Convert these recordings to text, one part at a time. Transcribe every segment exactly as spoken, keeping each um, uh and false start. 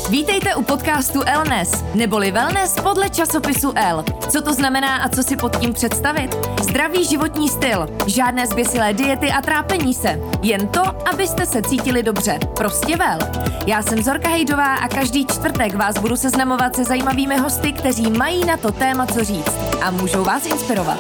Vítejte u podcastu Elnes, neboli wellness podle časopisu El. Co to znamená a co si pod tím představit? Zdravý životní styl, žádné zběsilé diety a trápení se. Jen to, abyste se cítili dobře. Prostě vel. Já jsem Zorka Hejdová a každý čtvrtek vás budu seznamovat se zajímavými hosty, kteří mají na to téma co říct a můžou vás inspirovat.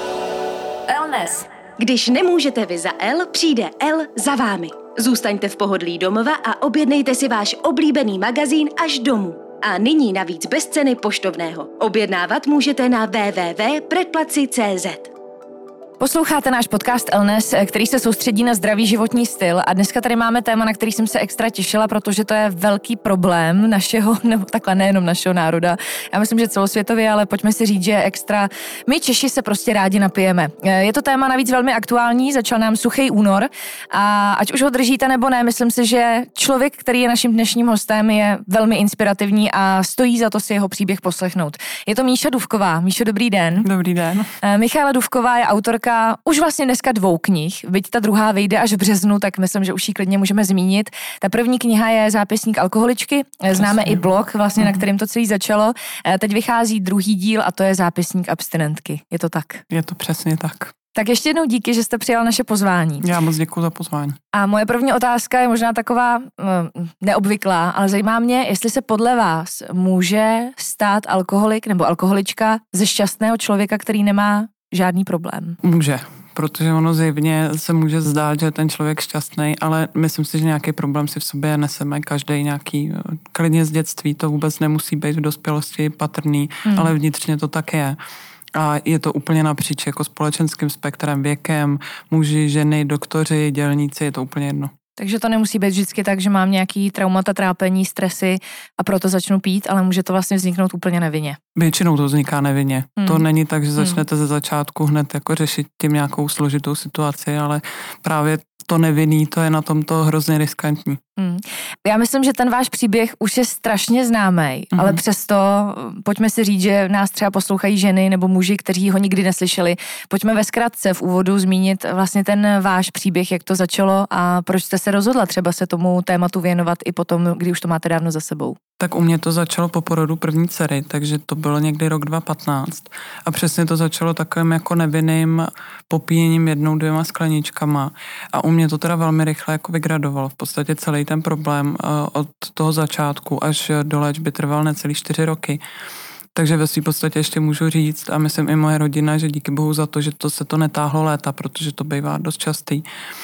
Elnes. Když nemůžete vy za El, přijde El za vámi. Zůstaňte v pohodlí domova a objednejte si váš oblíbený magazín až domů. A nyní navíc bez ceny poštovného. Objednávat můžete na w w w tečka predplaci tečka c z. Posloucháte náš podcast Elnes, který se soustředí na zdravý životní styl a dneska tady máme téma, na který jsem se extra těšila, protože to je velký problém našeho, nebo takhle nejenom našeho národa. Já myslím, že celosvětově, ale pojďme si říct, že extra my Češi se prostě rádi napijeme. Je to téma navíc velmi aktuální, začal nám suchý únor a ať už ho držíte nebo ne, myslím si, že člověk, který je naším dnešním hostem, je velmi inspirativní a stojí za to si jeho příběh poslechnout. Je to Míša Dufková. Míšo, dobrý den. Dobrý den. Michála Dufková je autorka už vlastně dneska dvou knih, byť ta druhá vyjde až v březnu, tak myslím, že už ji klidně můžeme zmínit. Ta první kniha je Zápisník alkoholičky, známe i blog, vlastně, na kterým to celý začalo. Teď vychází druhý díl a to je Zápisník abstinentky. Je to tak? Je to přesně tak. Tak ještě jednou díky, že jste přijal naše pozvání. Já moc děkuji za pozvání. A moje první otázka je možná taková neobvyklá, ale zajímá mě, jestli se podle vás může stát alkoholik nebo alkoholička ze šťastného člověka, který nemá žádný problém. Může, protože ono zjevně se může zdát, že je ten člověk šťastný, ale myslím si, že nějaký problém si v sobě neseme každý nějaký, klidně z dětství, to vůbec nemusí být v dospělosti patrný, hmm. ale vnitřně to tak je. A je to úplně napříč jako společenským spektrem, věkem, muži, ženy, doktoři, dělníci, je to úplně jedno. Takže to nemusí být vždycky tak, že mám nějaký traumata, trápení, stresy a proto začnu pít, ale může to vlastně vzniknout úplně nevinně. Většinou to vzniká nevinně. Hmm. To není tak, že začnete hmm. ze začátku hned jako řešit tím nějakou složitou situaci, ale právě to nevinný, to je na tomto hrozně riskantní. Hmm. Já myslím, že ten váš příběh už je strašně známý, hmm. ale přesto pojďme si říct, že nás třeba poslouchají ženy nebo muži, kteří ho nikdy neslyšeli. Pojďme ve zkratce v úvodu zmínit vlastně ten váš příběh, jak to začalo a proč jste se rozhodla třeba se tomu tématu věnovat i potom, kdy už to máte dávno za sebou. Tak u mě to začalo po porodu první dcery, takže to bylo někdy rok dva tisíce patnáct a přesně to začalo takovým jako nevinným popíjením jednou, dvěma skleničkama a u mě to teda velmi rychle jako vygradovalo. V podstatě celý ten problém od toho začátku až do léčby trval necelý čtyři roky. Takže ve svým podstatě ještě můžu říct a myslím i moje rodina, že díky bohu za to, že to se to netáhlo léta, protože to bývá dost častý.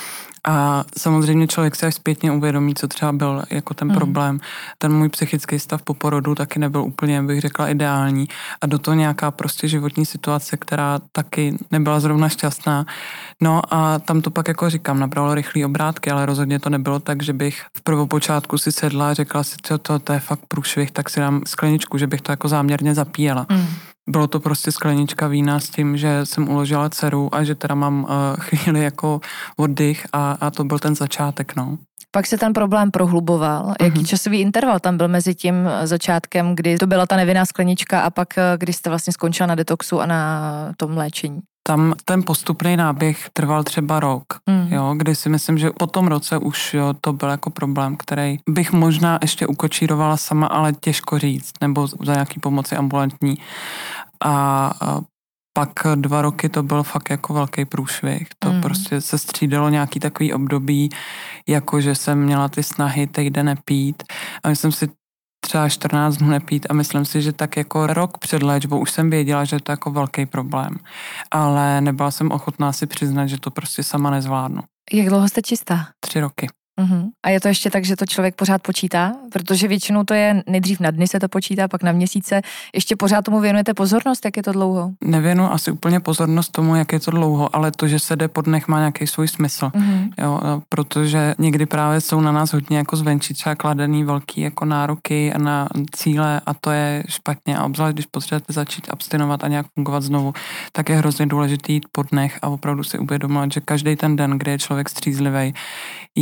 A samozřejmě člověk si až zpětně uvědomí, co třeba byl jako ten mm. problém. Ten můj psychický stav po porodu taky nebyl úplně, bych řekla, ideální. A do toho nějaká prostě životní situace, která taky nebyla zrovna šťastná. No a tam to pak, jako říkám, nabralo rychlý obrátky, ale rozhodně to nebylo tak, že bych v prvopočátku si sedla a řekla si, co to, to je fakt průšvih, tak si dám skleničku, že bych to jako záměrně zapíjela. Mm. Bylo to prostě sklenička vína s tím, že jsem uložila dceru a že teda mám uh, chvíli jako oddych a, a to byl ten začátek, no. Pak se ten problém prohluboval. Uh-huh. Jaký časový interval tam byl mezi tím začátkem, kdy to byla ta nevinná sklenička a pak kdy jste vlastně skončila na detoxu a na tom léčení? Tam ten postupný náběh trval třeba rok, mm. jo, kdy si myslím, že po tom roce už jo, to byl jako problém, který bych možná ještě ukočírovala sama, ale těžko říct, nebo za nějaký pomoci ambulantní. A, a pak dva roky to byl fakt jako velký průšvih. To mm. prostě se střídalo nějaký takový období, jako že jsem měla ty snahy týden nepít a myslím si, třeba čtrnáct dnů nepít a myslím si, že tak jako rok před léčbou už jsem věděla, že to je jako velký problém. Ale nebyla jsem ochotná si přiznat, že to prostě sama nezvládnu. Jak dlouho jste čistá? Tři roky. Uhum. A je to ještě tak, že to člověk pořád počítá? Protože většinou to je nejdřív na dny se to počítá, pak na měsíce. Ještě pořád tomu věnujete pozornost, jak je to dlouho? Nevěnu asi úplně pozornost tomu, jak je to dlouho, ale to, že se jde po dnech, má nějaký svůj smysl. Uhum. Jo, protože někdy právě jsou na nás hodně jako zvenčí třeba kladený velký jako nároky na cíle a to je špatně. A obzvlášť, když potřebujete začít abstinovat a nějak fungovat znovu, tak je hrozně důležitý jít po dnech a opravdu si uvědomovat, že každý ten den, kdy je člověk střízlivý, je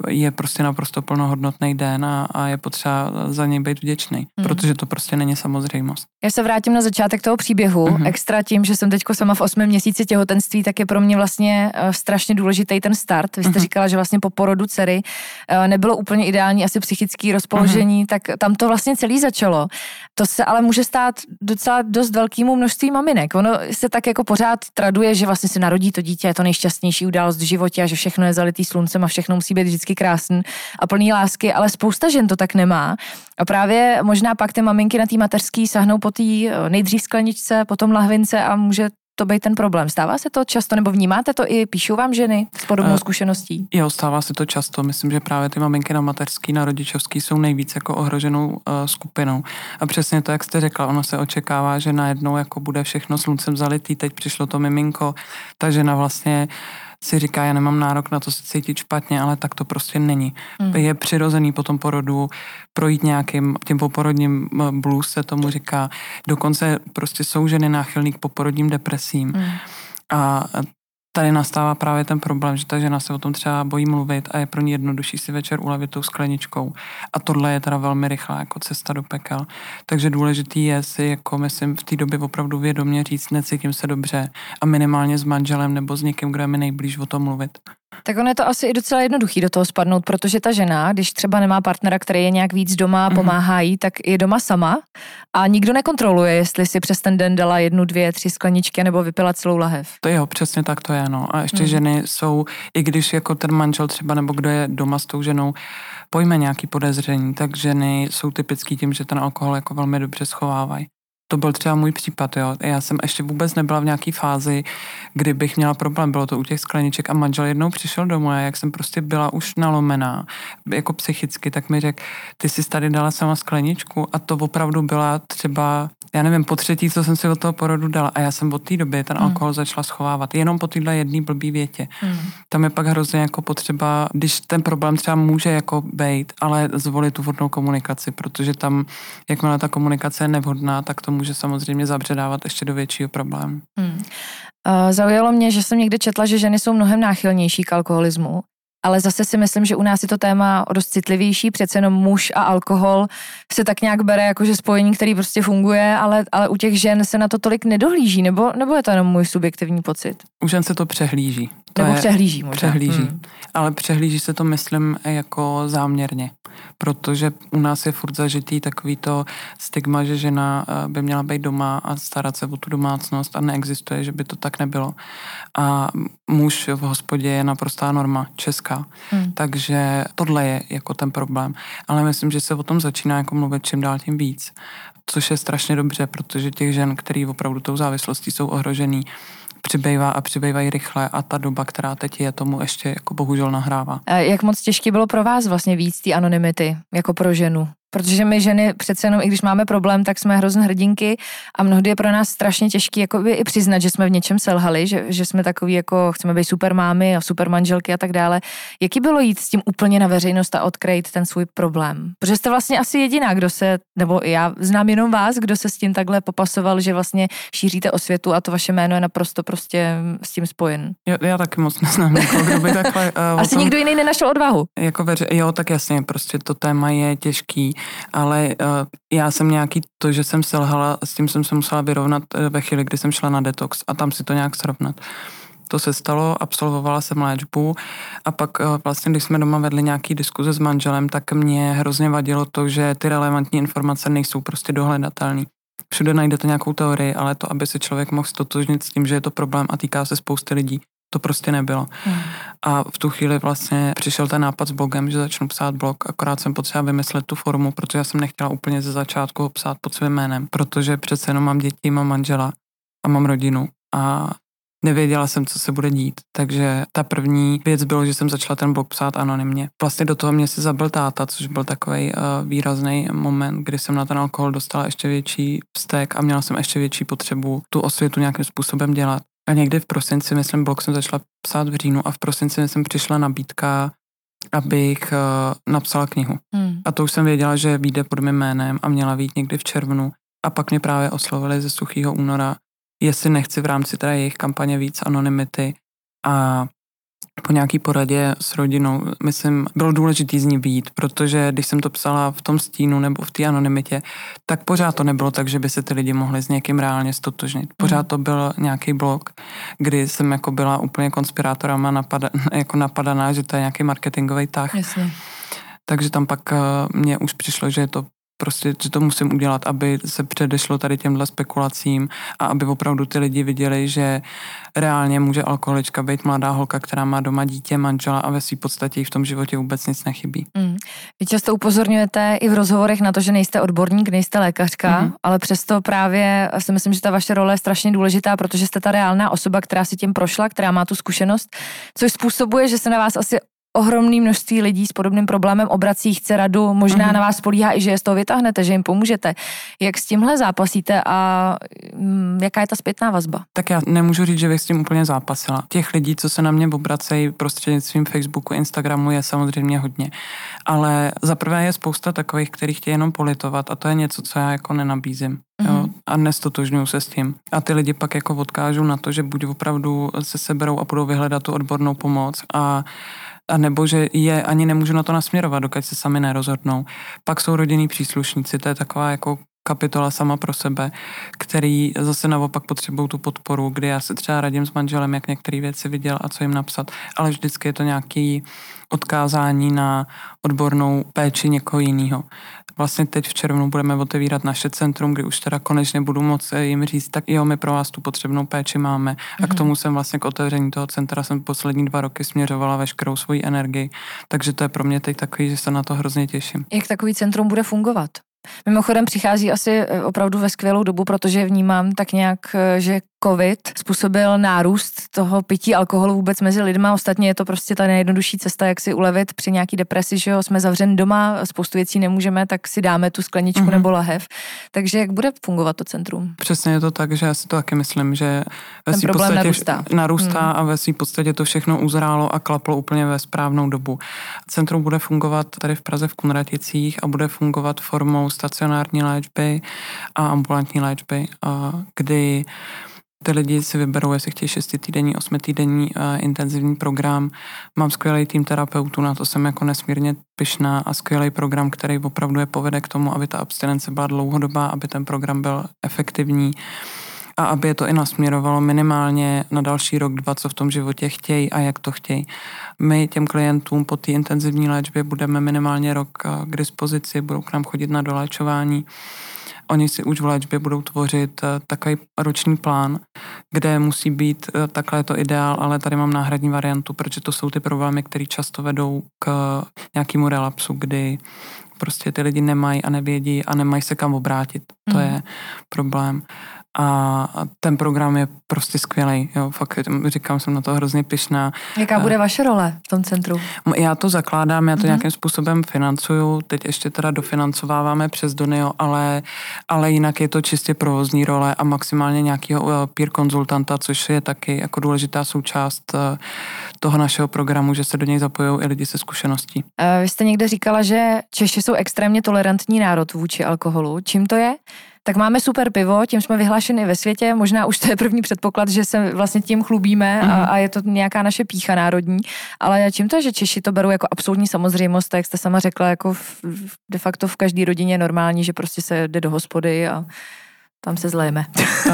je prostě naprosto plnohodnotný den a, a je potřeba za něj být vděčný, mm. protože to prostě není samozřejmost. Já se vrátím na začátek toho příběhu. Mm-hmm. Extra tím, že jsem teďko sama v osmém měsíci těhotenství, tak je pro mě vlastně uh, strašně důležitý ten start. Vy jste mm-hmm. říkala, že vlastně po porodu dcery uh, nebylo úplně ideální asi psychické rozpoložení, mm-hmm. tak tam to vlastně celý začalo. To se ale může stát docela dost velkému množství maminek. Ono se tak jako pořád traduje, že vlastně se narodí to dítě, je to nejšťastnější událost v životě a že všechno je zalitý sluncem a všechno musí být vždycky krásný a plný lásky, ale spousta žen to tak nemá. A právě možná pak ty maminky na té mateřský sahnou po té nejdřív skleničce, potom lahvince a může to být ten problém. Stává se to často, nebo vnímáte to i píšou vám ženy s podobnou uh, zkušeností? Jo, stává se to často. Myslím, že právě ty maminky na mateřský, na rodičovský jsou nejvíc jako ohroženou uh, skupinou. A přesně to, jak jste řekla, ono se očekává, že najednou jako bude všechno sluncem zalitý, teď přišlo to miminko, ta žena vlastně si říká, já nemám nárok na to se cítit špatně, ale tak to prostě není. Mm. Je přirozený po tom porodu projít nějakým tím poporodním blues, se tomu říká. Dokonce prostě jsou ženy náchylný k poporodním depresím. Mm. A tady nastává právě ten problém, že ta žena se o tom třeba bojí mluvit a je pro ní jednodušší si večer ulevit tou skleničkou. A tohle je teda velmi rychlá jako cesta do pekel. Takže důležitý je si, jako myslím, v té době opravdu vědomě říct, necítím se dobře a minimálně s manželem nebo s někým, kdo je mi nejblíž, o tom mluvit. Tak ono je to asi i docela jednoduchý do toho spadnout, protože ta žena, když třeba nemá partnera, který je nějak víc doma, pomáhá jí, tak je doma sama a nikdo nekontroluje, jestli si přes ten den dala jednu, dvě, tři skleničky nebo vypila celou lahev. To jo, přesně tak to je, no. A ještě mm. ženy jsou, i když jako ten manžel třeba nebo kdo je doma s tou ženou, pojme nějaký podezření, tak ženy jsou typický tím, že ten alkohol jako velmi dobře schovávají. To byl třeba můj případ, jo. Já jsem ještě vůbec nebyla v nějaký fázi, kdy bych měla problém. Bylo to u těch skleniček a manžel jednou přišel domů a jak jsem prostě byla už nalomená, jako psychicky, tak mi řekl, ty jsi tady dala sama skleničku a to opravdu byla třeba, já nevím, po třetí, co jsem si od toho porodu dala a já jsem od té doby ten alkohol hmm. začala schovávat. Jenom po téhle jedné blbý větě. Hmm. Tam je pak hrozně jako potřeba, když ten problém třeba může jako bejt, ale zvolit tu vhodnou komunikaci, protože tam, jakmile ta komunikace je nevhodná, tak to může samozřejmě zabředávat ještě do většího problému. Hmm. Uh, zaujalo mě, že jsem někde četla, že ženy jsou mnohem náchylnější k alkoholismu, ale zase si myslím, že u nás je to téma o dost citlivější, přece jenom muž a alkohol se tak nějak bere jakože spojení, který prostě funguje, ale, ale u těch žen se na to tolik nedohlíží, nebo, nebo je to jenom můj subjektivní pocit? U žen se to přehlíží. To nebo přehlíží možná. Přehlíží. Hmm. Ale přehlíží se to, myslím, jako záměrně. Protože u nás je furt zažitý takový to stigma, že žena by měla být doma a starat se o tu domácnost a neexistuje, že by to tak nebylo. A muž v hospodě je naprostá norma česká. Hmm. Takže tohle je jako ten problém. Ale myslím, že se o tom začíná jako mluvit čím dál tím víc. Což je strašně dobře, protože těch žen, který opravdu tou závislostí jsou ohrožený, přibývá a přibývají rychle a ta doba, která teď je, tomu ještě jako bohužel nahrává. Jak moc těžké bylo pro vás vlastně víc té anonymity, jako pro ženu? Protože my ženy přece jenom, i když máme problém, tak jsme hrozně hrdinky a mnohdy je pro nás strašně těžký jakoby i přiznat, že jsme v něčem selhali, že, že jsme takový jako, chceme být super mámy a super manželky a tak dále. Jaký bylo jít s tím úplně na veřejnost a odkrýt ten svůj problém? Protože jste vlastně asi jediná, kdo se, nebo já znám jenom vás, kdo se s tím takhle popasoval, že vlastně šíříte osvětu a to vaše jméno je naprosto prostě s tím spojen. Jo, já taky moc neznám někoho, kdo by takhle... Uh, asi tom, nikdo jiný nenašel odvahu. Jako veře, jo, tak jasně, prostě to téma je těžký, ale uh, já jsem nějaký to, že jsem selhala, s tím jsem se musela vyrovnat ve chvíli, kdy jsem šla na detox a tam si to nějak srovnat. To se stalo, absolvovala jsem léčbu a pak uh, vlastně, když jsme doma vedli nějaký diskuze s manželem, tak mě hrozně vadilo to, že ty relevantní informace nejsou prostě dohledatelné. Všude najdete nějakou teorii, ale to, aby se člověk mohl stotožnit s tím, že je to problém a týká se spousty lidí, to prostě nebylo. Hmm. A v tu chvíli vlastně přišel ten nápad s blogem, že začnu psát blog, akorát jsem potřeba vymyslet tu formu, protože já jsem nechtěla úplně ze začátku ho psát pod svým jménem, protože přece jenom mám děti, mám manžela a mám rodinu a nevěděla jsem, co se bude dít. Takže ta první věc bylo, že jsem začala ten blog psát anonymně. Vlastně do toho mě se zabil táta, což byl takový uh, výrazný moment, kdy jsem na ten alkohol dostala ještě větší vztek a měla jsem ještě větší potřebu tu osvětu nějakým způsobem dělat. A někdy v prosinci, myslím, blog jsem začala psát v říjnu a v prosinci jsem přišla nabídka, abych uh, napsala knihu. Hmm. A to už jsem věděla, že vyjde pod mým jménem a měla vyjít někdy v červnu. A pak mě právě oslovili ze Suchýho února, jestli nechci v rámci teda jejich kampaně víc anonymity a po nějaký poradě s rodinou, myslím, bylo důležitý z ní vyjít, protože když jsem to psala v tom stínu nebo v té anonymitě, tak pořád to nebylo tak, že by se ty lidi mohli s někým reálně stotožnit. Pořád to byl nějaký blog, kdy jsem jako byla úplně konspirátorama napada, jako napadaná, že to je nějaký marketingový tah. Jasně. Takže tam pak mně už přišlo, že je to prostě, že to musím udělat, aby se předešlo tady těmhle spekulacím a aby opravdu ty lidi viděli, že reálně může alkoholička být mladá holka, která má doma dítě, manžela a ve své podstatě jí v tom životě vůbec nic nechybí. Mm. Vy často upozorňujete i v rozhovorech na to, že nejste odborník, nejste lékařka, mm. ale přesto právě si myslím, že ta vaše role je strašně důležitá, protože jste ta reálná osoba, která si tím prošla, která má tu zkušenost, což způsobuje, že se na vás asi ohromné množství lidí s podobným problémem obrací, chce radu, možná mm-hmm. na vás spolíhá i, že je z toho vytáhnete, že jim pomůžete. Jak s tímhle zápasíte a mm, jaká je ta zpětná vazba? Tak já nemůžu říct, že bych s tím úplně zápasila. Těch lidí, co se na mě obracejí prostřednictvím Facebooku, Instagramu, je samozřejmě hodně. Ale zaprvé je spousta takových, kteří chtějí jenom politovat a to je něco, co já jako nenabízím. Mm-hmm. Jo, a nestotožňuju se s tím. A ty lidi pak jako odkážou na to, že buď opravdu se seberou a budou vyhledat tu odbornou pomoc a a nebo že je ani nemůžu na to nasměrovat, dokud se sami nerozhodnou. Pak jsou rodinní příslušníci, to je taková jako kapitola sama pro sebe, který zase naopak potřebují tu podporu, kdy já se třeba radím s manželem, jak některé věci viděl a co jim napsat, ale vždycky je to nějaký odkázání na odbornou péči někoho jiného. Vlastně teď v červnu budeme otevírat naše centrum, kdy už teda konečně budu moci jim říct, tak jo, my pro vás tu potřebnou péči máme. Mm-hmm. A k tomu jsem vlastně k otevření toho centra jsem poslední dva roky směřovala veškerou svoji energii. Takže to je pro mě teď takový, že se na to hrozně těším. Jak takový centrum bude fungovat? Mimochodem přichází asi opravdu ve skvělou dobu, protože vnímám tak nějak, že covid způsobil nárůst toho pití alkoholu vůbec mezi lidma. Ostatně je to prostě ta nejjednodušší cesta, jak si ulevit při nějaký depresi, že jo, jsme zavřeni doma, spoustu věcí nemůžeme, tak si dáme tu skleničku mm-hmm. nebo lahev. Takže jak bude fungovat to centrum? Přesně je to tak, že já si to taky myslím, že ve ten problém podstatě narůstá, narůstá hmm. a ve svým podstatě to všechno uzrálo a klaplo úplně ve správnou dobu. Centrum bude fungovat tady v Praze v Kunraticích a bude fungovat formou stacionární léčby a ambulantní léčby, a kdy ty lidi si vyberou, jestli chtějí šestitýdenní, osmitýdenní uh, intenzivní program. Mám skvělý tým terapeutů, na to jsem jako nesmírně pyšná a skvělý program, který opravdu je povede k tomu, aby ta abstinence byla dlouhodobá, aby ten program byl efektivní a aby je to i nasměrovalo minimálně na další rok, dva, co v tom životě chtějí a jak to chtějí. My těm klientům po té intenzivní léčbě budeme minimálně rok k dispozici, budou k nám chodit na doléčování. Oni si už v léčbě budou tvořit takový roční plán, kde musí být, takhle je to ideál, ale tady mám náhradní variantu, protože to jsou ty problémy, které často vedou k nějakému relapsu, kdy prostě ty lidi nemají a nevědí a nemají se kam obrátit. To mm. je problém. A ten program je prostě skvělej. Jo, fakt říkám, jsem na to hrozně pyšná. Jaká bude vaše role v tom centru? Já to zakládám, já to mm-hmm. nějakým způsobem financuju, teď ještě teda dofinancováváme přes Donio, ale, ale jinak je to čistě provozní role a maximálně nějakého peer konzultanta, což je taky jako důležitá součást toho našeho programu, že se do něj zapojují i lidi se zkušeností. Vy jste někde říkala, že Češi jsou extrémně tolerantní národ vůči alkoholu. Čím to je? Tak máme super pivo, tím jsme vyhlášeni ve světě, možná už to je první předpoklad, že se vlastně tím chlubíme a, a je to nějaká naše pýcha národní, ale čím to je, že Češi to berou jako absolutní samozřejmost, tak jak jste sama řekla, jako v, de facto v každé rodině je normální, že prostě se jde do hospody a tam se zlejeme.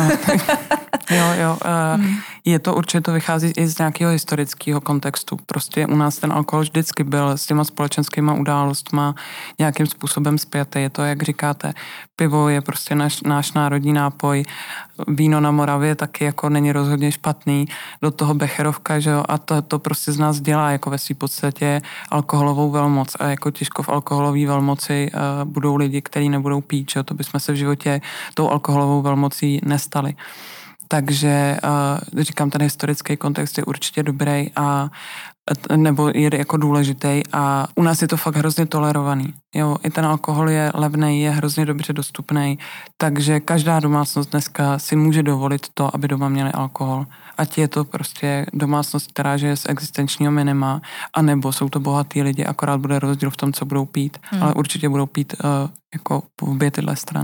Jo, jo. Uh, hmm. Je to určitě, to vychází i z nějakého historického kontextu. Prostě u nás ten alkohol vždycky byl s těma společenskýma událostma nějakým způsobem spjatý. Je to, jak říkáte, pivo je prostě náš, náš národní nápoj. Víno na Moravě taky jako není rozhodně špatný. Do toho becherovka, že jo, a to, to prostě z nás dělá jako ve svý podstatě alkoholovou velmoc. A jako těžko v alkoholové velmoci uh, budou lidi, kteří nebudou pít, že jo, to bychom se v životě tou alkoholovou velmocí nestali. Takže uh, říkám, ten historický kontext je určitě dobrý a nebo je jako důležitý a u nás je to fakt hrozně tolerovaný. Jo, i ten alkohol je levnej, je hrozně dobře dostupný, takže každá domácnost dneska si může dovolit to, aby doma měli alkohol. Ať je to prostě domácnost, která žije z existenčního minima, anebo jsou to bohatý lidi, akorát bude rozdíl v tom, co budou pít, hmm. ale určitě budou pít uh, jako v obě tyhle strany.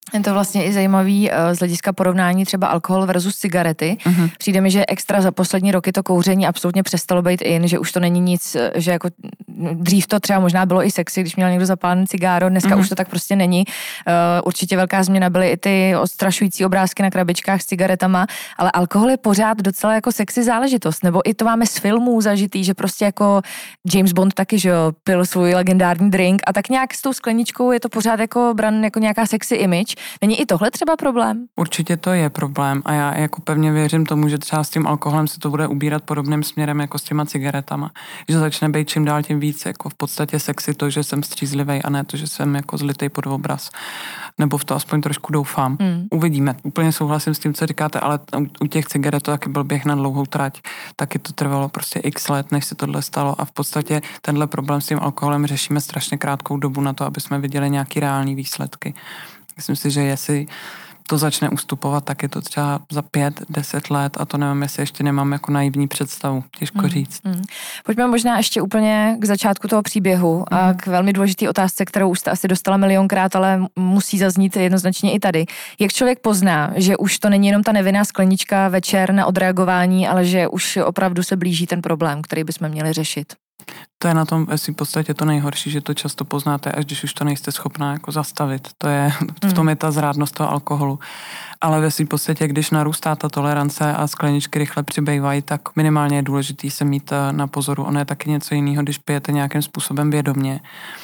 Je to vlastně i zajímavý z hlediska porovnání třeba alkohol versus cigarety. Uh-huh. Přijde mi, že extra za poslední roky to kouření absolutně přestalo být in, že už to není nic, že jako dřív to třeba možná bylo i sexy, když měl někdo zapálený cigáro, dneska uh-huh. už to tak prostě není. Určitě velká změna byly i ty odstrašující obrázky na krabičkách s cigaretama, ale alkohol je pořád docela jako sexy záležitost, nebo i to máme z filmů zažitý, že prostě jako James Bond taky, že jo, pil svůj legendární drink a tak nějak s tou skleničkou je to pořád jako bran jako nějaká sexy image. Není i tohle třeba problém? Určitě to je problém a já jako pevně věřím tomu, že třeba s tím alkoholem se to bude ubírat podobným směrem jako s těma cigaretama. Že začne být čím dál tím víc jako v podstatě sexy to, že jsem střízlivej a ne to, že jsem jako zlitej pod obraz. Nebo v to aspoň trošku doufám. Hmm. Uvidíme. Úplně souhlasím s tím, co říkáte, ale u těch cigaret to taky byl běh na dlouhou trať. Taky to trvalo prostě x let, než se tohle stalo a v podstatě tenhle problém s tím alkoholem řešíme strašně krátkou dobu na to, aby jsme viděli nějaký reální výsledky. Myslím si, že jestli to začne ustupovat, tak je to třeba za pět, deset let a to nevím, jestli ještě nemám jako naivní představu. Těžko mm, říct. Mm. Pojďme možná ještě úplně k začátku toho příběhu mm. a k velmi důležité otázce, kterou už jste asi dostala milionkrát, ale musí zaznít jednoznačně i tady. Jak člověk pozná, že už to není jenom ta nevinná sklenička večer na odreagování, ale že už opravdu se blíží ten problém, který bychom měli řešit? To je na tom v podstatě to nejhorší, že to často poznáte, až když už to nejste schopná jako zastavit. To je, v tom je ta zrádnost toho alkoholu. Ale ve svým podstatě, když narůstá ta tolerance a skleničky rychle přibývají, tak minimálně je důležitý se mít na pozoru. Ono je taky něco jiného, když pijete nějakým způsobem vědomě.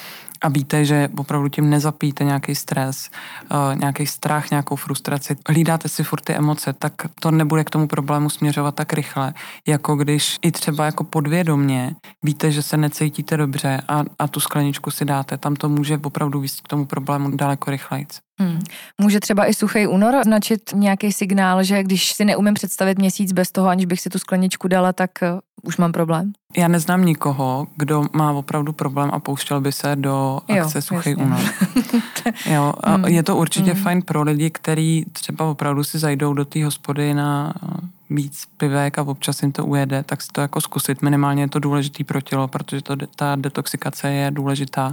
A víte, že opravdu tím nezapíte nějaký stres, nějaký strach, nějakou frustraci. Hlídáte si furt ty emoce, tak to nebude k tomu problému směřovat tak rychle, jako když i třeba jako podvědomě víte, že se necítíte dobře a, a tu skleničku si dáte. Tam to může opravdu víc k tomu problému daleko rychlejc. Hmm. Může třeba i suchý únor značit nějaký signál, že když si neumím představit měsíc bez toho, aniž bych si tu skleničku dala, tak uh, už mám problém? Já neznám nikoho, kdo má opravdu problém a pouštěl by se do akce jo, Suchý jasně. únor. jo, a hmm. Je to určitě hmm. fajn pro lidi, kteří třeba opravdu si zajdou do té hospody na víc pivek a občas jim to ujede, tak si to jako zkusit. Minimálně je to důležitý pro tělo, protože to, ta detoxikace je důležitá.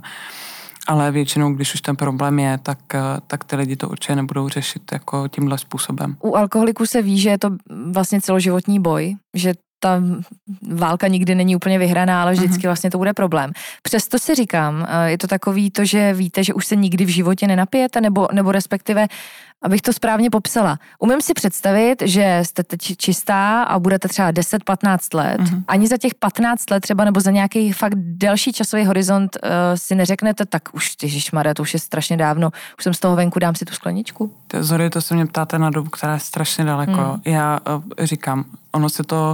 Ale většinou, když už ten problém je, tak, tak ty lidi to určitě nebudou řešit jako tímhle způsobem. U alkoholiků se ví, že je to vlastně celoživotní boj, že ta válka nikdy není úplně vyhraná, ale vždycky uh-huh. vlastně to bude problém. Přesto si říkám, je to takový to, že víte, že už se nikdy v životě nenapijete, nebo, nebo respektive, abych to správně popsala. Umím si představit, že jste teď čistá a budete třeba deset patnáct let. Uh-huh. Ani za těch patnáct let třeba, nebo za nějaký fakt delší časový horizont uh, si neřeknete, tak už, ježišmarja, to už je strašně dávno, už jsem z toho venku, dám si tu skleničku. Zory, to se mě ptáte na dobu, která je strašně daleko. Hmm. Já uh, říkám, ono se to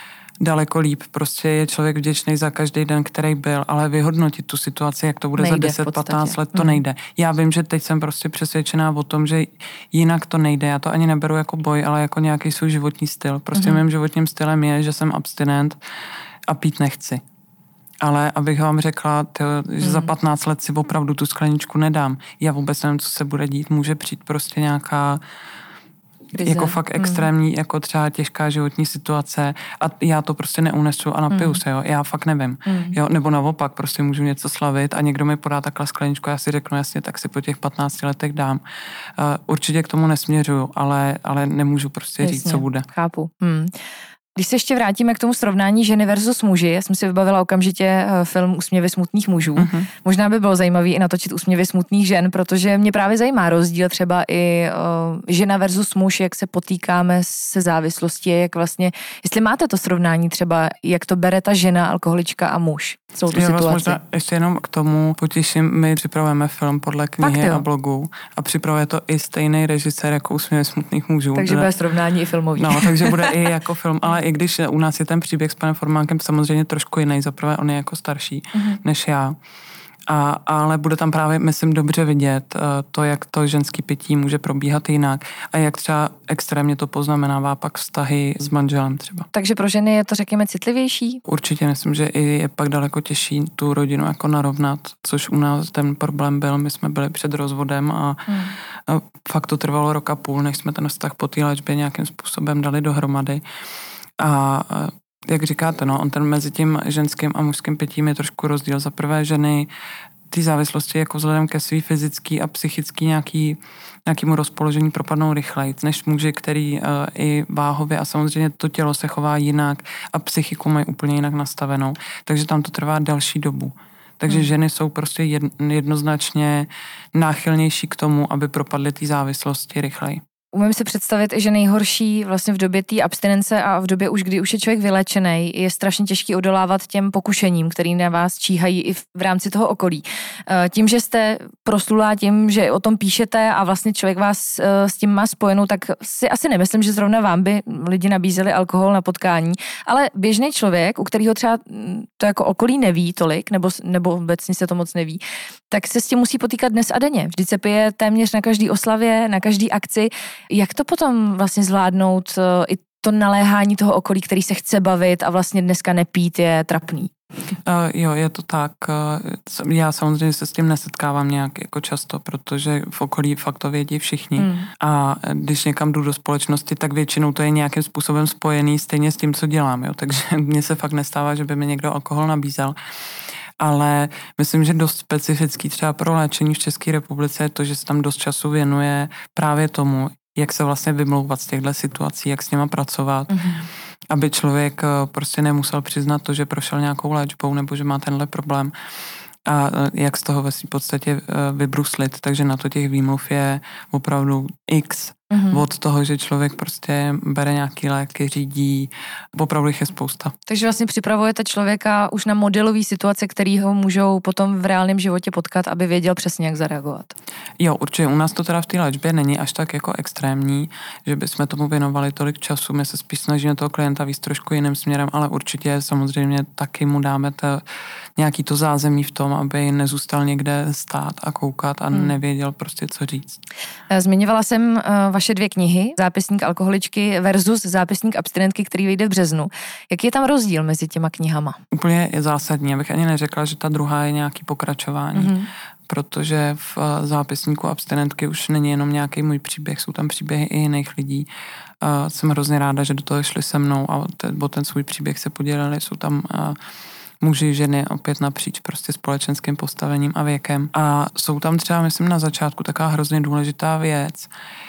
daleko líp, prostě je člověk vděčný za každý den, který byl, ale vyhodnotit tu situaci, jak to bude nejde za deset patnáct let, to hmm. nejde. Já vím, že teď jsem prostě přesvědčená o tom, že jinak to nejde. Já to ani neberu jako boj, ale jako nějaký svůj životní styl. Prostě hmm. mým životním stylem je, že jsem abstinent a pít nechci. Ale abych vám řekla, tyjo, že hmm. za patnáct let si opravdu tu skleničku nedám. Já vůbec nevím, co se bude dít. Může přijít prostě nějaká krize. Jako fakt extrémní, mm. jako třeba těžká životní situace a já to prostě neunesu a napiju mm. se, jo. Já fakt nevím. Mm. Jo, nebo naopak, prostě můžu něco slavit a někdo mi podá takhle skleničku a já si řeknu jasně, tak si po těch patnácti letech dám. Uh, určitě k tomu nesměřuju, ale, ale nemůžu prostě jasně, říct, co bude. Chápu. Mm. Když se ještě vrátíme k tomu srovnání ženy versus muži, já jsem si vybavila okamžitě film Úsměvy smutných mužů. Uh-huh. Možná by bylo zajímavé i natočit Úsměvy smutných žen, protože mě právě zajímá rozdíl třeba i uh, žena versus muž, jak se potýkáme se závislostí, jak vlastně, jestli máte to srovnání třeba, jak to bere ta žena, alkoholička a muž, celou tu já situaci. Vás možná ještě jenom k tomu potěším, my připravujeme film podle knihy a blogu a připravuje to i stejný režisér jako Úsměvy smutných mužů. Takže bude srovnání i filmový. No, takže bude i jako film, ale i když u nás je ten příběh s panem Formánkem samozřejmě trošku jiný, zaprvé on je jako starší mm-hmm. než já, a, ale bude tam právě, myslím, dobře vidět to, jak to ženský pití může probíhat jinak a jak třeba extrémně to poznamenává pak vztahy s manželem třeba. Takže pro ženy je to, řekněme, citlivější? Určitě, myslím, že i je pak daleko těžší tu rodinu jako narovnat, což u nás ten problém byl, my jsme byli před rozvodem a, mm. a fakt to trvalo rok a půl, než jsme ten vztah po té léčbě nějakým způsobem dali dohromady. A jak říkáte, no, on ten mezi tím ženským a mužským pitím je trošku rozdíl. Za prvé ženy ty závislosti jako vzhledem ke svý fyzický a psychický nějaký, nějakému rozpoložení propadnou rychleji, než muži, který uh, i váhově a samozřejmě to tělo se chová jinak a psychiku mají úplně jinak nastavenou. Takže tam to trvá další dobu. Takže hmm. ženy jsou prostě jednoznačně náchylnější k tomu, aby propadly ty závislosti rychleji. Umím si představit, že nejhorší vlastně v době té abstinence a v době už, kdy už je člověk vyléčený, je strašně těžký odolávat těm pokušením, který na vás číhají i v rámci toho okolí. Tím, že jste proslulá tím, že o tom píšete a vlastně člověk vás s tím má spojenou, tak si asi nemyslím, že zrovna vám by lidi nabízeli alkohol na potkání, ale běžný člověk, u kterého třeba to jako okolí neví tolik, nebo, nebo obecně se to moc neví, tak se s tím musí potýkat dnes a denně. Vždyť se pije téměř na každý oslavě, na každý akci. Jak to potom vlastně zvládnout i to naléhání toho okolí, který se chce bavit a vlastně dneska nepít je trapný? Uh, jo, je to tak. Uh, já samozřejmě se s tím nesetkávám nějak jako často, protože v okolí fakt to vědí všichni. Hmm. A když někam jdu do společnosti, tak většinou to je nějakým způsobem spojený stejně s tím, co dělám. Jo? Takže mně se fakt nestává, že by mi někdo alkohol nabízel. Ale myslím, že dost specifický třeba pro léčení v České republice je to, že se tam dost času věnuje právě tomu, jak se vlastně vymlouvat z těchto situací, jak s nima pracovat, mm-hmm. aby člověk prostě nemusel přiznat to, že prošel nějakou léčbou nebo že má tenhle problém a jak z toho ve v podstatě vybruslit. Takže na to těch výmluv je opravdu x. Mm-hmm. Od toho, že člověk prostě bere nějaký léky, řídí, opravdu jich je spousta. Takže vlastně připravujete člověka už na modelové situace, které ho můžou potom v reálném životě potkat, aby věděl přesně, jak zareagovat. Jo, určitě. U nás to teda v té léčbě není až tak jako extrémní, že bychom tomu věnovali tolik času. My se spíš snažíme toho klienta víc trošku jiným směrem, ale určitě samozřejmě taky mu dáme to, nějaký to zázemí v tom, aby nezůstal někde stát a koukat a hmm. nevěděl prostě, co říct. Zmiňovala jsem vaše dvě knihy, Zápisník alkoholičky versus Zápisník abstinentky, který vyjde v březnu. Jaký je tam rozdíl mezi těma knihama? Úplně je zásadní. Já bych ani neřekla, že ta druhá je nějaký pokračování. Mm-hmm. Protože v Zápisníku abstinentky už není jenom nějaký můj příběh, jsou tam příběhy i jiných lidí. Uh, jsem hrozně ráda, že do toho šli se mnou a ten, o ten svůj příběh se podělili. Jsou tam uh, muži, ženy opět napříč prostě společenským postavením a věkem. A jsou tam třeba, myslím, na začátku taková hrozně důležitá věc,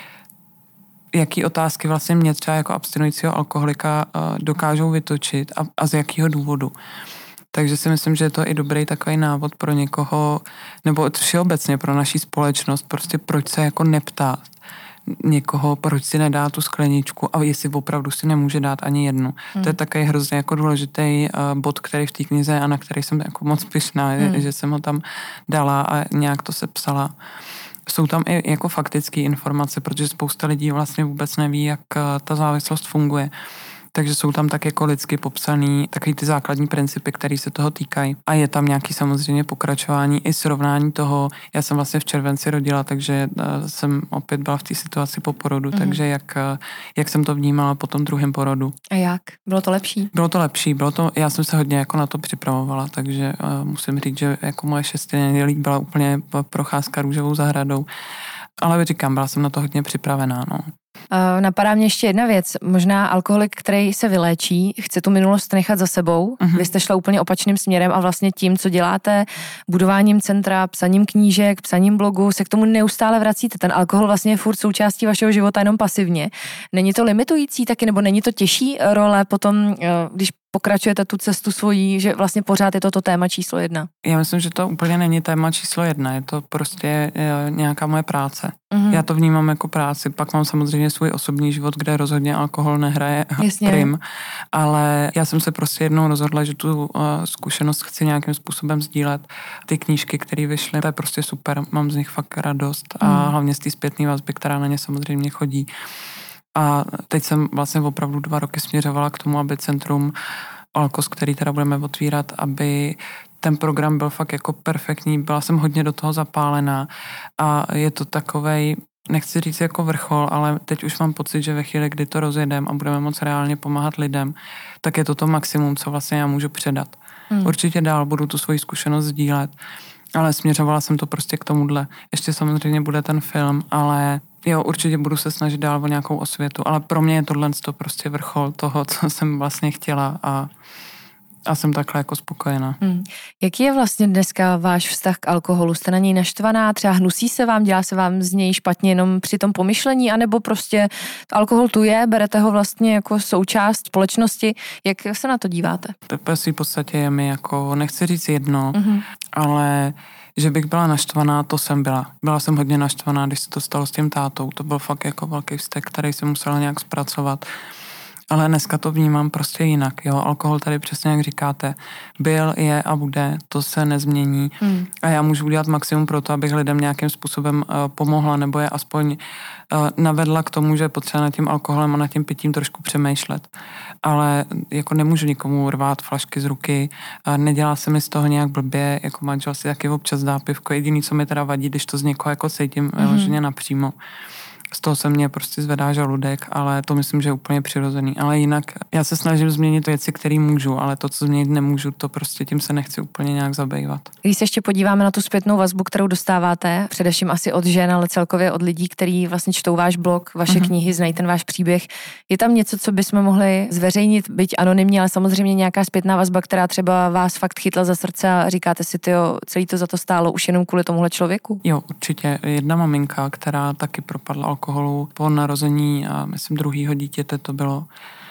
jaký otázky vlastně mě třeba jako abstinujícího alkoholika uh, dokážou vytočit a, a z jakého důvodu. Takže si myslím, že je to i dobrý takový návod pro někoho, nebo všeobecně pro naší společnost, prostě proč se jako neptát někoho, proč si nedá tu skleničku a jestli opravdu si nemůže dát ani jednu. Hmm. To je takový hrozně jako důležitý uh, bod, který v té knize a na který jsem jako moc pyšná, hmm. že, že jsem ho tam dala a nějak to sepsala. Jsou tam i jako faktické informace, protože spousta lidí vlastně vůbec neví, jak ta závislost funguje. Takže jsou tam tak jako lidsky popsaný takový ty základní principy, které se toho týkají. A je tam nějaký samozřejmě pokračování i srovnání toho. Já jsem vlastně v červenci rodila, takže jsem opět byla v té situaci po porodu, mm-hmm. takže jak, jak jsem to vnímala po tom druhém porodu. A jak? Bylo to lepší? Bylo to lepší, bylo to, já jsem se hodně jako na to připravovala, takže uh, musím říct, že jako moje šestý nedělí byla úplně procházka růžovou zahradou. Ale říkám, byla jsem na to hodně připravená, no. Uh, napadá mě ještě jedna věc. Možná alkoholik, který se vyléčí, chce tu minulost nechat za sebou. Uh-huh. Vy jste šla úplně opačným směrem a vlastně tím, co děláte, budováním centra, psaním knížek, psaním blogu, se k tomu neustále vracíte. Ten alkohol vlastně je furt součástí vašeho života jenom pasivně. Není to limitující taky, nebo není to těžší role potom, když pokračujete tu cestu svojí, že vlastně pořád je to to téma číslo jedna? Já myslím, že to úplně není téma číslo jedna, je to prostě nějaká moje práce. Mm-hmm. Já to vnímám jako práci, pak mám samozřejmě svůj osobní život, kde rozhodně alkohol nehraje prim, ale já jsem se prostě jednou rozhodla, že tu uh, zkušenost chci nějakým způsobem sdílet. Ty knížky, které vyšly, to je prostě super, mám z nich fakt radost a mm. hlavně z té zpětné vazby, která na ně samozřejmě chodí. A teď jsem vlastně opravdu dva roky směřovala k tomu, aby centrum Alkos, který teda budeme otvírat, aby ten program byl fakt jako perfektní, byla jsem hodně do toho zapálená a je to takovej, nechci říct jako vrchol, ale teď už mám pocit, že ve chvíli, kdy to rozjedeme a budeme moc reálně pomáhat lidem, tak je to to maximum, co vlastně já můžu předat. Hmm. Určitě dál budu tu svoji zkušenost sdílet, ale směřovala jsem to prostě k tomuhle. Ještě samozřejmě bude ten film, ale jo, určitě budu se snažit dál o nějakou osvětu, ale pro mě je tohle to prostě vrchol toho, co jsem vlastně chtěla a A jsem takhle jako spokojená. Hmm. Jaký je vlastně dneska váš vztah k alkoholu? Jste na něj naštvaná? Třeba hnusí se vám? Dělá se vám z něj špatně jenom při tom pomyšlení? Anebo prostě alkohol tu je, berete ho vlastně jako součást společnosti? Jak se na to díváte? To v podstatě je mi jako, nechci říct jedno, mm-hmm. ale že bych byla naštvaná, to jsem byla. Byla jsem hodně naštvaná, když se to stalo s tím tátou. To byl fakt jako velký vztek, který jsem musela nějak zpracovat. Ale dneska to vnímám prostě jinak, jo. Alkohol tady přesně, jak říkáte, byl, je a bude, to se nezmění. Hmm. A já můžu udělat maximum pro to, abych lidem nějakým způsobem uh, pomohla, nebo je aspoň uh, navedla k tomu, že je potřeba nad tím alkoholem a nad tím pitím trošku přemýšlet. Ale jako nemůžu nikomu rvát flašky z ruky, uh, nedělá se mi z toho nějak blbě, jako manžel si taky občas dá pivko. Jediný, co mi teda vadí, když to z někoho jako cítím, hmm. vyloženě napřímo. Z toho se mě prostě zvedá žaludek, ale to myslím, že je úplně přirozený. Ale jinak já se snažím změnit věci, které můžu, ale to, co změnit nemůžu, to prostě tím se nechci úplně nějak zabývat. Když se ještě podíváme na tu zpětnou vazbu, kterou dostáváte, především asi od žen, ale celkově od lidí, kteří vlastně čtou váš blog, vaše mm-hmm. knihy, znají ten váš příběh, je tam něco, co bychom mohli zveřejnit, byť anonymně, ale samozřejmě nějaká zpětná vazba, která třeba vás fakt chytla za srdce a říkáte si, tyjo, celý to za to stálo už jenom kvůli tomuhle člověku? Jo, určitě. Jedna maminka, která taky propadla alkoholu po narození a myslím druhýho dítěte to bylo.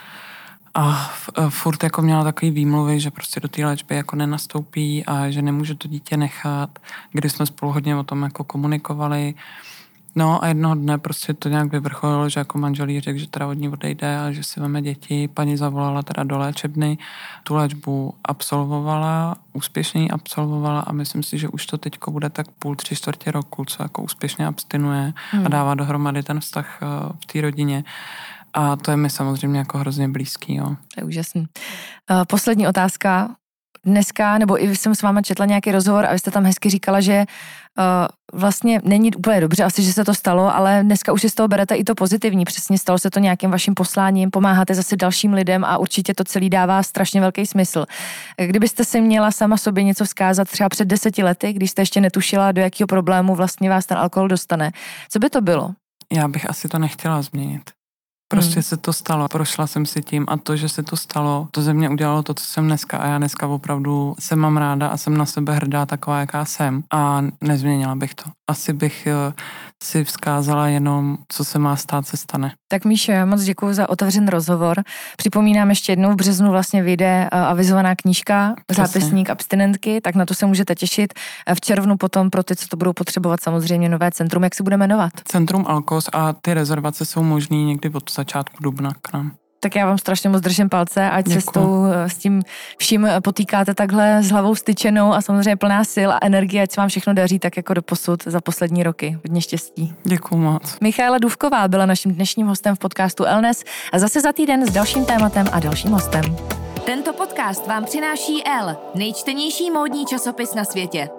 A furt jako měla takový výmluvy, že prostě do té léčby jako nenastoupí a že nemůže to dítě nechat, kdy jsme spolu hodně o tom jako komunikovali. No a jednoho dne prostě to nějak vyvrcholilo, že jako manželí řekl, že teda od ní odejde a že si veme děti. Paní zavolala teda do léčebny, tu léčbu absolvovala, úspěšně ji absolvovala a myslím si, že už to teďko bude tak půl, tři čtvrtě roku, co jako úspěšně abstinuje hmm. a dává dohromady ten vztah v té rodině. A to je mi samozřejmě jako hrozně blízký, jo. To je úžasný. Poslední otázka. Dneska, nebo i jsem s váma četla nějaký rozhovor a vy jste tam hezky říkala, že uh, vlastně není úplně dobře, asi, že se to stalo, ale dneska už si z toho berete i to pozitivní. Přesně stalo se to nějakým vaším posláním, pomáháte zase dalším lidem a určitě to celý dává strašně velký smysl. Kdybyste si měla sama sobě něco vzkázat třeba před deseti lety, když jste ještě netušila, do jakého problému vlastně vás ten alkohol dostane, co by to bylo? Já bych asi to nechtěla změnit. Prostě hmm. se to stalo, prošla jsem si tím a to, že se to stalo, to ze mě udělalo to, co jsem dneska a já dneska opravdu se mám ráda a jsem na sebe hrdá taková, jaká jsem a nezměnila bych to. Asi bych si vzkázala jenom, co se má stát, se stane. Tak Míšo, já moc děkuji za otevřený rozhovor. Připomínám ještě jednou, v březnu vlastně vyjde avizovaná knížka Přesně. Zápisník abstinentky, tak na to se můžete těšit. V červnu potom pro ty, co to budou potřebovat, samozřejmě nové centrum. Jak se bude jmenovat? Centrum Alkos a ty rezervace jsou možný někdy od začátku dubna k nám. Tak já vám strašně moc držím palce, ať Děkuju. se s, tou, s tím vším potýkáte takhle s hlavou styčenou a samozřejmě plná sil a energie, ať se vám všechno daří tak jako doposud za poslední roky. Hodně štěstí. Děkuju moc. Michaela Důvková byla naším dnešním hostem v podcastu Elnes a zase za týden s dalším tématem a dalším hostem. Tento podcast vám přináší Elle, nejčtenější módní časopis na světě.